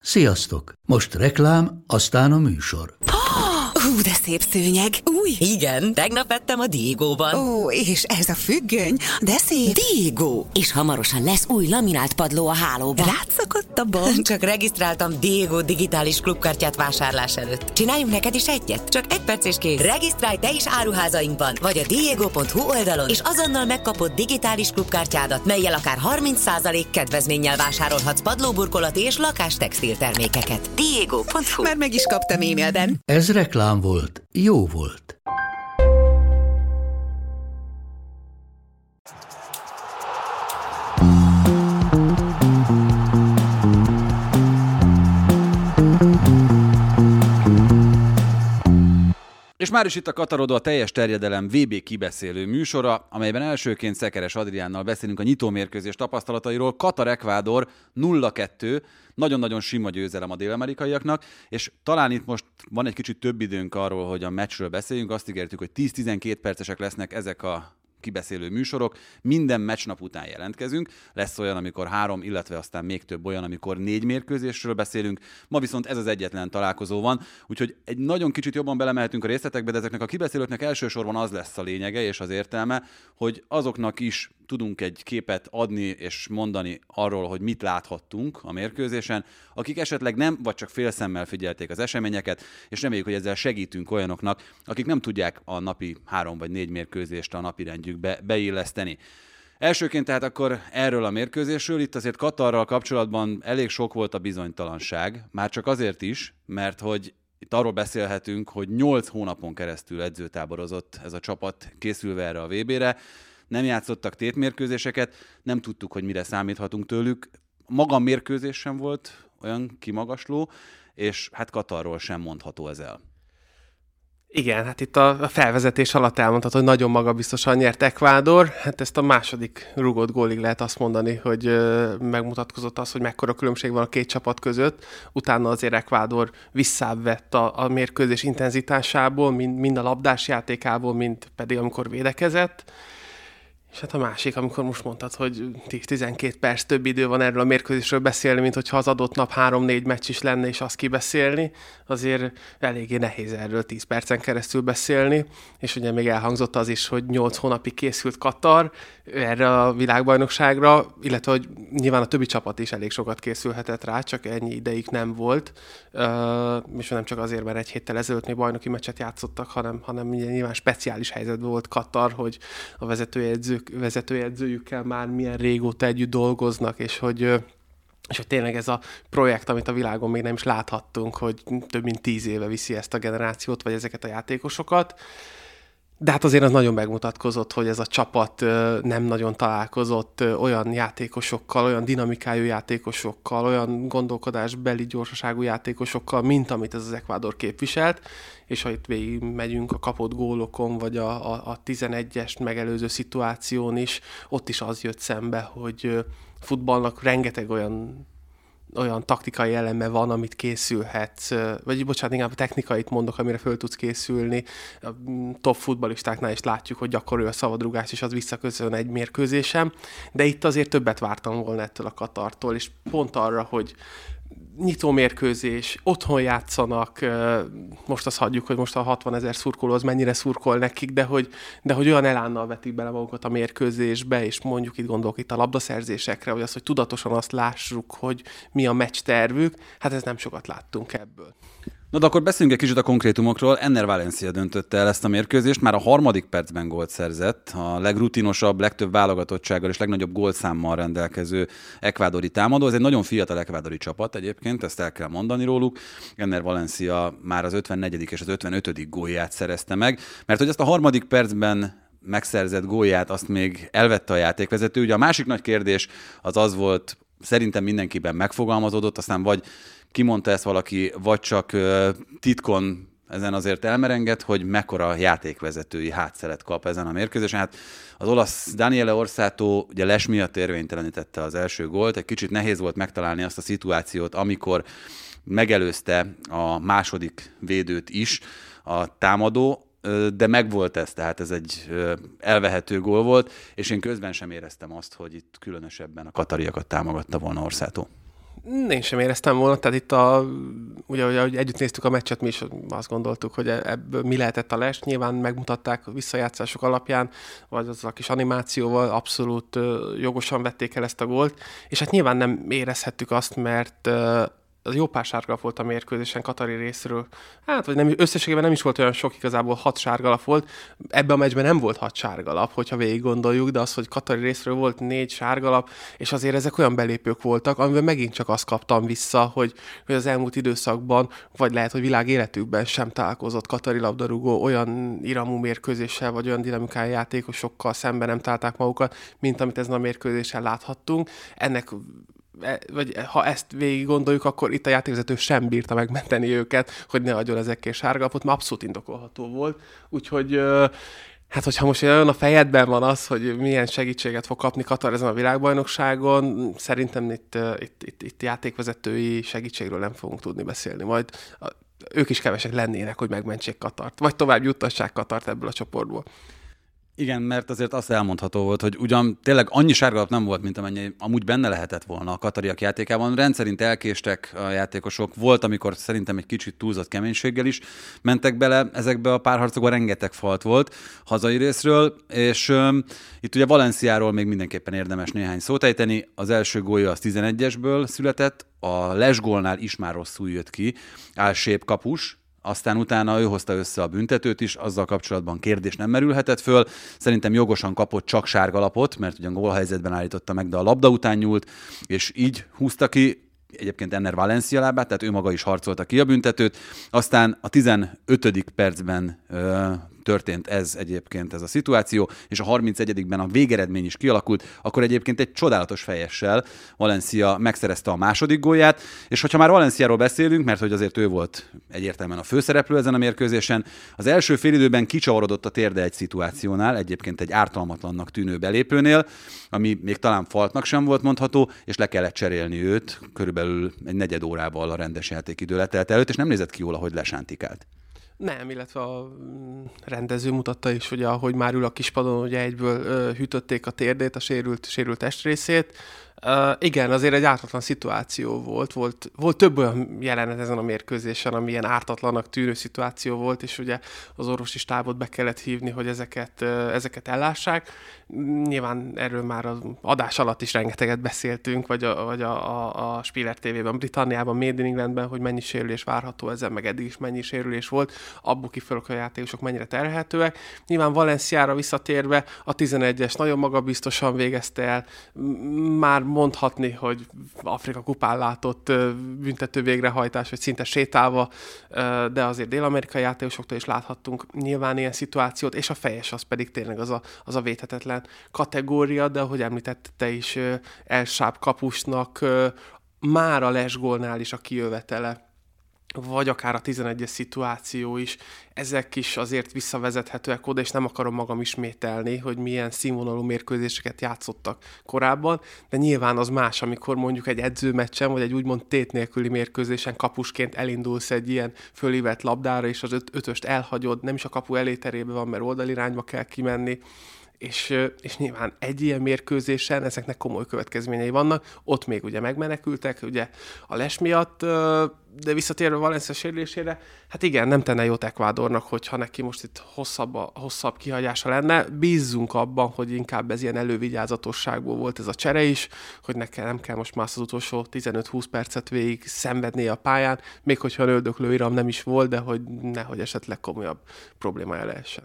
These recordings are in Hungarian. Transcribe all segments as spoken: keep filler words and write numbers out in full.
Sziasztok! Most reklám, aztán a műsor. Hú, de szép szőnyeg. Új. Igen, tegnap vettem a Diegóban. Ó, és ez a függöny, de szép. Diegó. És hamarosan lesz új laminált padló a hálóban. Rátszakadt a bank. Csak regisztráltam Diegó digitális klubkártyát vásárlás előtt. Csináljunk neked is egyet? Csak egy perc és kész. Regisztrálj te is áruházainkban, vagy a diego pont hu oldalon, és azonnal megkapod digitális klubkártyádat, mellyel akár harminc százalék kedvezménnyel vásárolhatsz padlóburkolati és lakástextil termékeket. diego pont hu. Már meg is kaptam e-mailben. Ez reklám volt, jó volt. És már is itt a Katarodó, a teljes terjedelem vé bé kibeszélő műsora, amelyben elsőként Szekeres Adriánnal beszélünk a nyitómérkőzés tapasztalatairól. Katar-Ekvádor nulla kettő, nagyon-nagyon sima győzelem a dél-amerikaiaknak, és talán itt most van egy kicsit több időnk arról, hogy a meccsről beszéljünk. Azt ígértük, hogy tíz-tizenkét percesek lesznek ezek a kibeszélő műsorok. Minden meccsnap után jelentkezünk. Lesz olyan, amikor három, illetve aztán még több olyan, amikor négy mérkőzésről beszélünk. Ma viszont ez az egyetlen találkozó van, úgyhogy egy nagyon kicsit jobban belemehetünk a részletekbe, de ezeknek a kibeszélőknek elsősorban az lesz a lényege és az értelme, hogy azoknak is tudunk egy képet adni és mondani arról, hogy mit láthattunk a mérkőzésen, akik esetleg nem, vagy csak félszemmel figyelték az eseményeket, és reméljük, hogy ezzel segítünk olyanoknak, akik nem tudják a napi három vagy négy mérkőzést a napirendjükbe beilleszteni. Elsőként tehát akkor erről a mérkőzésről, itt azért Katarral kapcsolatban elég sok volt a bizonytalanság, már csak azért is, mert hogy itt arról beszélhetünk, hogy nyolc hónapon keresztül edzőtáborozott ez a csapat készülve erre a vé bére, nem játszottak tétmérkőzéseket, nem tudtuk, hogy mire számíthatunk tőlük. Maga a mérkőzés sem volt olyan kimagasló, és hát Katarról sem mondható ez el. Igen, hát itt a felvezetés alatt elmondható, hogy nagyon magabiztosan nyert Ekvádor. Hát ezt a második rúgott gólig lehet azt mondani, hogy megmutatkozott az, hogy mekkora különbség van a két csapat között. Utána azért Ekvádor visszább vett a, a mérkőzés intenzitásából, mind, mind a labdás játékából, mind pedig amikor védekezett. És hát a másik, amikor most mondtad, hogy tíz-tizenkét perc több idő van erről a mérkőzésről beszélni, mint hogyha az adott nap három-négy meccs is lenne, és azt kibeszélni, azért eléggé nehéz erről tíz percen keresztül beszélni, és ugye még elhangzott az is, hogy nyolc hónapig készült Katar erre a világbajnokságra, illetve hogy nyilván a többi csapat is elég sokat készülhetett rá, csak ennyi ideig nem volt, uh, és nem csak azért, mert egy héttel ezelőtt még bajnoki meccset játszottak, hanem, hanem nyilván speciális helyzetben volt Katar, hogy a vezetőedzők vezetőedzőjükkel már milyen régóta együtt dolgoznak, és hogy, és hogy tényleg ez a projekt, amit a világon még nem is láthattunk, hogy több mint tíz éve viszi ezt a generációt, vagy ezeket a játékosokat. De hát azért az nagyon megmutatkozott, hogy ez a csapat nem nagyon találkozott olyan játékosokkal, olyan dinamikájú játékosokkal, olyan gondolkodásbeli gyorsaságú játékosokkal, mint amit ez az Ekvádor képviselt, és ha itt végig megyünk a kapott gólokon, vagy a, a, a tizenegyest megelőző szituáción is, ott is az jött szembe, hogy futballnak rengeteg olyan olyan taktikai eleme van, amit készülhetsz, vagy bocsánat, inkább a technikait mondok, amire föl tudsz készülni. A top futballistáknál is látjuk, hogy gyakorolja a szabadrugás, és az visszaköszön egy mérkőzésem, de itt azért többet vártam volna ettől a Katartól, és pont arra, hogy nyitó mérkőzés, otthon játszanak, most azt hagyjuk, hogy most a hatvanezer szurkoló az mennyire szurkol nekik, de hogy, de hogy olyan elánnal vetik bele magukat a mérkőzésbe, és mondjuk itt gondolok itt a labdaszerzésekre, vagy az, hogy tudatosan azt lássuk, hogy mi a meccs tervük, hát ez nem sokat láttunk ebből. Na de akkor beszéljünk egy kicsit a konkrétumokról. Enner Valencia döntötte el ezt a mérkőzést, már a harmadik percben gólt szerzett, a legrutinosabb, legtöbb válogatottsággal és legnagyobb gólszámmal rendelkező ekvádori támadó. Ez egy nagyon fiatal ekvádori csapat egyébként, ezt el kell mondani róluk. Enner Valencia már az ötvennegyedik és az ötvenötödik gólját szerezte meg, mert hogy ezt a harmadik percben megszerzett gólját azt még elvette a játékvezető. Ugye a másik nagy kérdés az az volt, szerintem mindenkiben megfogalmazódott, aztán vagy kimondta ezt valaki, vagy csak uh, titkon ezen azért elmerengett, hogy mekkora játékvezetői hátszelet kap ezen a mérkőzésen. Hát az olasz Daniele Orsato ugye les miatt érvénytelenítette az első gólt, egy kicsit nehéz volt megtalálni azt a szituációt, amikor megelőzte a második védőt is a támadó, de megvolt ez, tehát ez egy elvehető gól volt, és én közben sem éreztem azt, hogy itt különösebben a katariakat támogatta volna Orsato. Én sem éreztem volna, tehát itt a, ugye, ahogy együtt néztük a meccset, mi is azt gondoltuk, hogy ebből mi lehetett a les. Nyilván megmutatták a visszajátszások alapján, vagy az a kis animációval abszolút jogosan vették el ezt a gólt, és hát nyilván nem érezhettük azt, mert az jó pár sárgalap volt a mérkőzésen katari részről. Hát, vagy nem, összességében nem is volt olyan sok, igazából hat sárgalap volt. Ebben a meccsben nem volt hat sárgalap, hogyha végig gondoljuk, de az, hogy katari részről volt négy sárgalap, és azért ezek olyan belépők voltak, amiben megint csak azt kaptam vissza, hogy, hogy az elmúlt időszakban, vagy lehet, hogy világ életükben sem találkozott katari labdarúgó olyan iramú mérkőzéssel, vagy olyan dinamikai játékosokkal szemben nem találták magukat, mint amit ezen a mérkőzésen láthattunk. Ennek vagy ha ezt végig gondoljuk, akkor itt a játékvezető sem bírta megmenteni őket, hogy ne adjon ezekkel sárgalapot, mert abszolút indokolható volt. Úgyhogy hát, hogyha most olyan a fejedben van az, hogy milyen segítséget fog kapni Katar ezen a világbajnokságon, szerintem itt, itt, itt, itt játékvezetői segítségről nem fogunk tudni beszélni. Majd ők is kevesek lennének, hogy megmentsék Katart, vagy tovább juttassák Katart ebből a csoportból. Igen, mert azért azt elmondható volt, hogy ugyan tényleg annyi sárgalap nem volt, mint amennyi amúgy benne lehetett volna a katariak játékában. Rendszerint elkéstek a játékosok. Volt, amikor szerintem egy kicsit túlzott keménységgel is mentek bele ezekbe a párharcokba, rengeteg falt volt hazai részről, és um, itt ugye Valenciáról még mindenképpen érdemes néhány szót ejteni. Az első gólja az tizenegyesből született, a lesgólnál is már rosszul jött ki, Al-Shaib kapus, aztán utána ő hozta össze a büntetőt is, azzal kapcsolatban kérdés nem merülhetett föl. Szerintem jogosan kapott csak sárgalapot, mert ugyan gólhelyzetben állította meg, de a labda után nyúlt, és így húzta ki egyébként Enner Valencia lábát, tehát ő maga is harcolta ki a büntetőt. Aztán a tizenötödik percben ö, történt ez egyébként ez a szituáció, és a harmincegyedikben a végeredmény is kialakult, akkor egyébként egy csodálatos fejessel Valencia megszerezte a második gólját, és hogyha már Valenciáról beszélünk, mert hogy azért ő volt egyértelműen a főszereplő ezen a mérkőzésen, az első félidőben kicsavarodott a térde egy szituációnál, egyébként egy ártalmatlannak tűnő belépőnél, ami még talán faltnak sem volt mondható, és le kellett cserélni őt körülbelül egy negyed órával a rendes játékidő letelt előtt, és nem nézett ki jól, ahogy lesántikált. Nem, illetve a rendező mutatta is, hogy ahogy már ül a kispadon, ugye egyből ö, hűtötték a térdét, a sérült, sérült testrészét. Uh, igen, azért egy ártatlan szituáció volt. volt. Volt több olyan jelenet ezen a mérkőzésen, ami ilyen ártatlanak tűnő szituáció volt, és ugye az orvosi stábot be kellett hívni, hogy ezeket, uh, ezeket ellássák. Nyilván erről már az adás alatt is rengeteget beszéltünk, vagy a, vagy a, a, a Spiller té vében, Britanniában, Made in Englandben, hogy mennyi sérülés várható ezen, meg eddig is mennyi sérülés volt, abból kifelől a játékosok mennyire terhelhetőek. Nyilván Valenciára visszatérve a tizenegyes nagyon magabiztosan végezte el, már mondhatni, hogy Afrika kupán látott büntető végrehajtás, vagy szinte sétálva, de azért dél-amerikai játékosoktól is láthattunk nyilván ilyen szituációt, és a fejes az pedig tényleg az a, az a védhetetlen kategória, de ahogy említette te is, Al-Shaib kapusnak már a lesgólnál is a kijövetele, vagy akár a tizenegyes szituáció is, ezek is azért visszavezethetőek oda, és nem akarom magam ismételni, hogy milyen színvonalú mérkőzéseket játszottak korábban, de nyilván az más, amikor mondjuk egy edzőmeccsen, vagy egy úgymond tét nélküli mérkőzésen kapusként elindulsz egy ilyen fölívett labdára, és az öt- ötöst elhagyod, nem is a kapu eléterében van, mert oldalirányba kell kimenni, És, és nyilván egy ilyen mérkőzésen ezeknek komoly következményei vannak, ott még ugye megmenekültek, ugye a les miatt, de visszatérve Valencia sérülésére, hát igen, nem tenne jót Ekvádornak, hogyha neki most itt hosszabb, hosszabb kihagyása lenne. Bízzunk abban, hogy inkább ez ilyen elővigyázatosságból volt ez a csere is, hogy nekem nem kell most már az utolsó tizenöt-húsz percet végig szenvednie a pályán, még hogyha a öldöklő iram nem is volt, de hogy nehogy esetleg komolyabb problémája lehessen.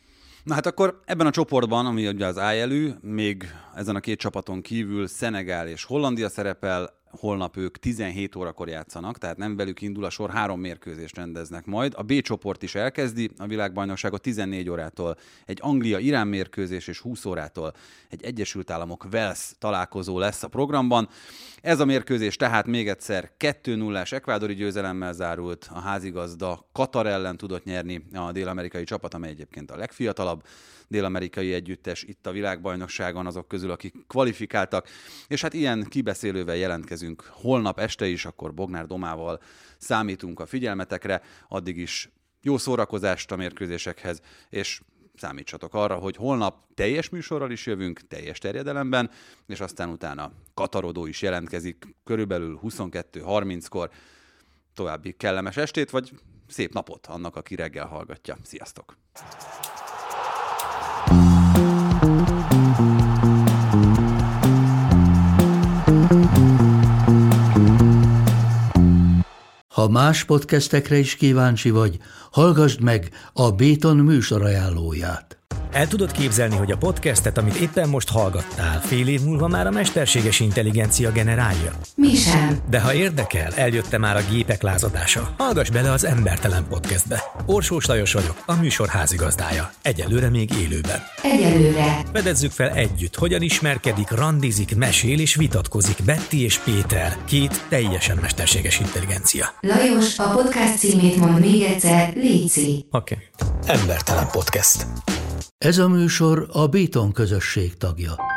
Na hát akkor ebben a csoportban, ami ugye az ájelű, még ezen a két csapaton kívül Szenegál és Hollandia szerepel, holnap ők tizenhét órakor játszanak, tehát nem velük indul a sor, három mérkőzést rendeznek majd. A B csoport is elkezdi a világbajnokságot tizennégy órától, egy Anglia-Irán mérkőzés és húsz órától egy Egyesült Államok-Wales találkozó lesz a programban. Ez a mérkőzés tehát még egyszer kettő nullás ekvádori győzelemmel zárult, a házigazda Katar ellen tudott nyerni a dél-amerikai csapat, amely egyébként a legfiatalabb dél-amerikai együttes itt a világbajnokságon, azok közül, akik kvalifikáltak, és hát ilyen kibeszélővel jelentkezünk holnap este is, akkor Bognár Domával számítunk a figyelmetekre, addig is jó szórakozást a mérkőzésekhez, és számítsatok arra, hogy holnap teljes műsorral is jövünk, teljes terjedelemben, és aztán utána Katarodó is jelentkezik körülbelül huszonkettő harminckor. További kellemes estét, vagy szép napot annak, aki reggel hallgatja. Sziasztok! Ha más podcastekre is kíváncsi vagy, hallgassd meg a Béton műsor ajánlóját. El tudod képzelni, hogy a podcastet, amit éppen most hallgattál, fél év múlva már a mesterséges intelligencia generálja? Mi sem. De ha érdekel, eljötte már a gépek lázadása. Hallgass bele az Embertelen podcastbe. Orsós Lajos vagyok, a műsor házigazdája. Egyelőre még élőben. Egyelőre. Fedezzük fel együtt, hogyan ismerkedik, randizik, mesél és vitatkozik Betty és Péter, két teljesen mesterséges intelligencia. Lajos, a podcast címét mond még egyszer, léci. Oké. Okay. Embertelen podcast. Ez a műsor a Béton közösség tagja.